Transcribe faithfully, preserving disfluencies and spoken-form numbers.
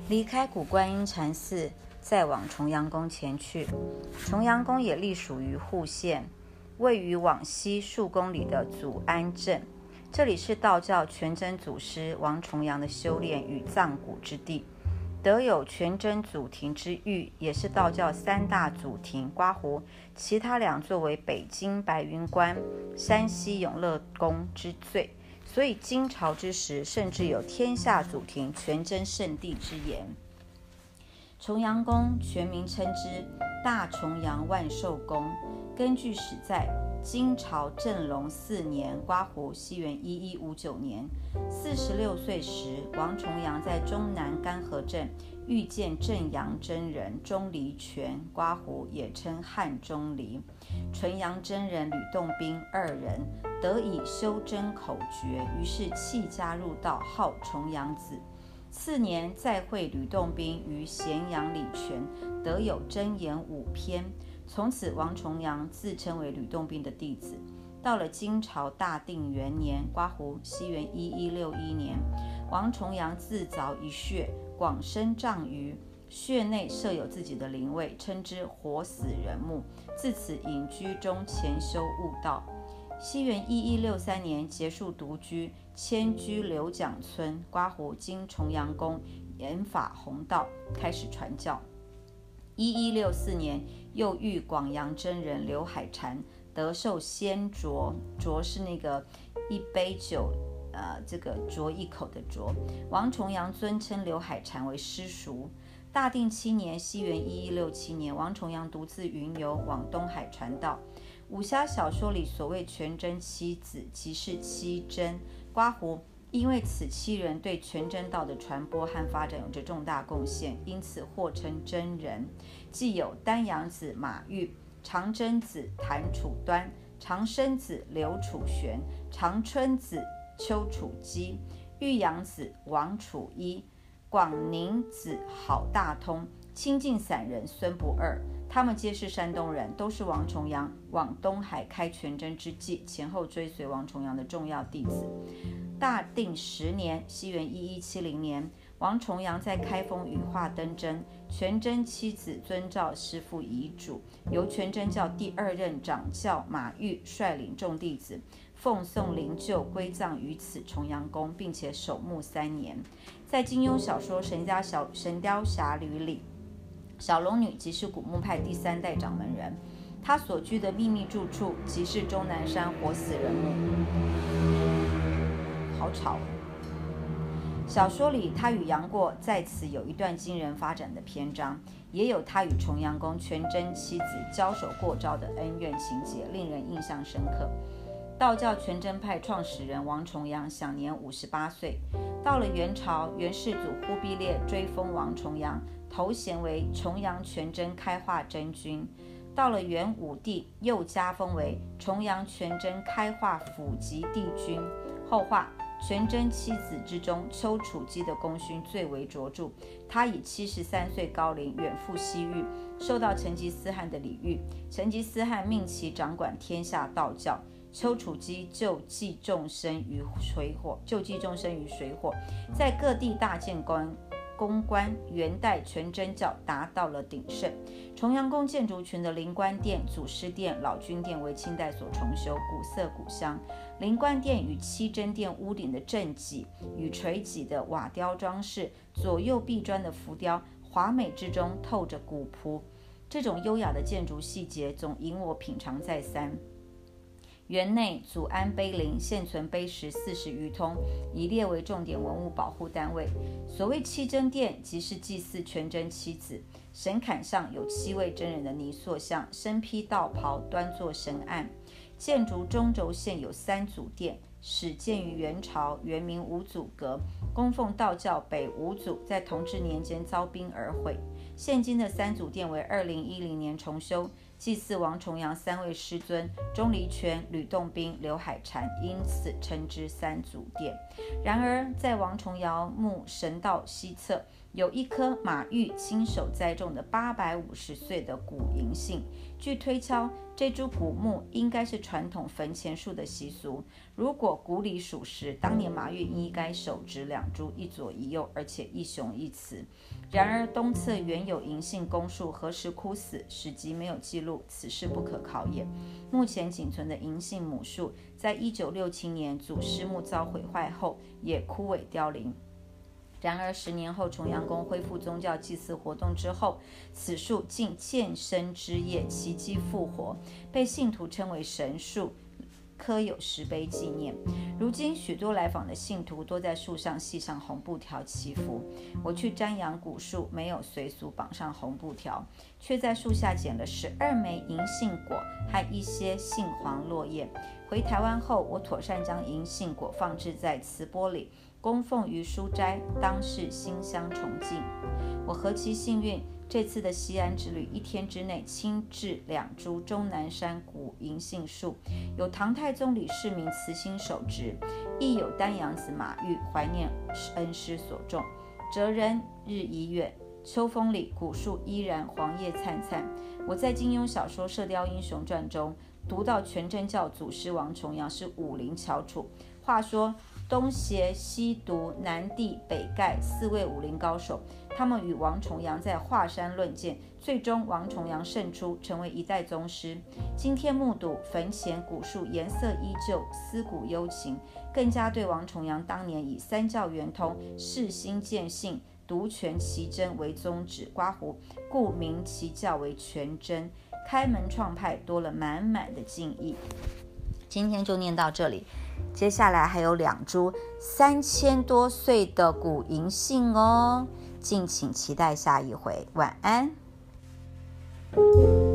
离开古观音禅寺，再往重阳宫前去。重阳宫也隶属于户县，位于往西数公里的祖安镇。这里是道教全真祖师王重阳的修炼与葬骨之地，得有全真祖庭之誉，也是道教三大祖庭刮胡，其他两座为北京白云关、山西永乐宫之最。所以金朝之时，甚至有天下祖庭全真圣地之言。重阳宫全名称之大重阳万寿宫。根据史载，金朝正隆四年刮胡西元一一五九年，四十六岁时，王重阳在中南干河镇遇见正阳真人钟离权，刮胡也称汉钟离，纯阳真人吕洞宾二人得以修真口诀，于是弃家入道，号重阳子。次年再会吕洞宾于咸阳礼泉，得有真言五篇。从此王重阳自称为吕洞宾的弟子。到了金朝大定元年刮胡西元一一六一年，王重阳自凿一穴，广深丈余，穴内设有自己的灵位，称之活死人墓，自此隐居中潜修悟道。西元一一六三年结束独居，迁居刘蒋村，刮胡经重阳宫研法弘道，开始传教。一一六四年又遇广阳真人刘海禅，得受仙酌，酌是那个一杯酒呃，这个酌一口的酌。王重阳尊称刘海禅为师叔。大定七年西元一一六七年，王重阳独自云游往东海传道。武侠小说里所谓全真七子，即是七真。刮胡因为此七人对全真道的传播和发展有着重大贡献，因此或称真人。既有丹阳子马玉、长真子谭楚端、长生子刘楚玄、长春子丘处机、玉阳子王楚一、广宁子郝大通、清净散人孙不二，他们皆是山东人，都是王重阳往东海开全真之际前后追随王重阳的重要弟子。大定十年西元一一七零年，王重阳在开封羽化登真，全真七子遵照师父遗嘱，由全真教第二任掌教马玉率领众弟子奉送灵柩归葬于此重阳宫，并且守墓三年。在金庸小说《神雕小神雕侠侣》里，小龙女即是古墓派第三代掌门人，她所居的秘密住处即是终南山活死人墓。好吵。小说里她与杨过在此有一段惊人发展的篇章，也有她与重阳宫全真七子交手过招的恩怨情节，令人印象深刻。道教全真派创始人王重阳享年五十八岁。到了元朝，元世祖忽必烈追封王重阳，头衔为重阳全真开化真君。到了元武帝，又加封为重阳全真开化辅吉帝君。后话，全真七子之中，丘处机的功勋最为卓著。他以七十三岁高龄远赴西域，受到成吉思汗的礼遇，成吉思汗命其掌管天下道教。丘处机救济众生于水火，救济众生于水火，在各地大建宫公关，元代全真教达到了鼎盛。重阳宫建筑群的灵官殿、祖师殿、老君殿为清代所重修，古色古香。灵官殿与七真殿屋顶的正脊与垂脊的瓦雕装饰，左右壁砖的浮雕，华美之中透着古朴。这种优雅的建筑细节总引我品尝再三。园内祖安碑林现存碑石四十余通，已列为重点文物保护单位。所谓七真殿，即是祭祀全真七子。神龛上有七位真人的泥塑像，身披道袍，端坐神案。建筑中轴线有三祖殿，始建于元朝，原名五祖阁，供奉道教北五祖，在同治年间遭兵而毁。现今的三祖殿为二零一零年重修，祭祀王重阳三位师尊钟离权、吕洞宾、刘海禅，因此称之三祖殿。然而在王重阳墓神道西侧有一棵马玉亲手栽种的八百五十岁的古银杏。据推敲，这株古木应该是传统坟前树的习俗。如果古礼属实，当年马玉应该手执两株，一左一右，而且一雄一雌。然而东侧原有银杏公树何时枯死，史籍没有记录，此事不可考也。目前仅存的银杏母树，在一九六七年祖师墓遭毁坏后，也枯萎凋零。然而十年后，重阳宫恢复宗教祭祀活动之后，此树竟渐生枝叶，奇迹复活，被信徒称为神树，刻有石碑纪念。如今许多来访的信徒都在树上系上红布条祈福。我去瞻仰古树，没有随俗绑上红布条，却在树下捡了十二枚银杏果和一些杏黄落叶。回台湾后，我妥善将银杏果放置在瓷钵里，供奉于书斋，当是馨香崇敬。我何其幸运，这次的西安之旅，一天之内亲至两株终南山古银杏树，有唐太宗李世民慈心手植，亦有丹阳子马玉怀念恩师所种。哲人日已远，秋风里古树依然黄叶灿灿。我在金庸小说《射雕英雄传》中读到全真教祖师王重阳是武林翘楚。话说东邪、西毒、南帝、北丐四位武林高手，他们与王重阳在华山论剑，最终王重阳胜出，成为一代宗师。今天目睹坟前古树颜色依旧，思古幽情，更加对王重阳当年以三教圆通、世心见性、独权奇真为宗旨，刮胡故名其教为全真，开门创派多了满满的敬意。今天就念到这里，接下来还有两株三千多岁的古银杏哦，敬请期待下一回。晚安。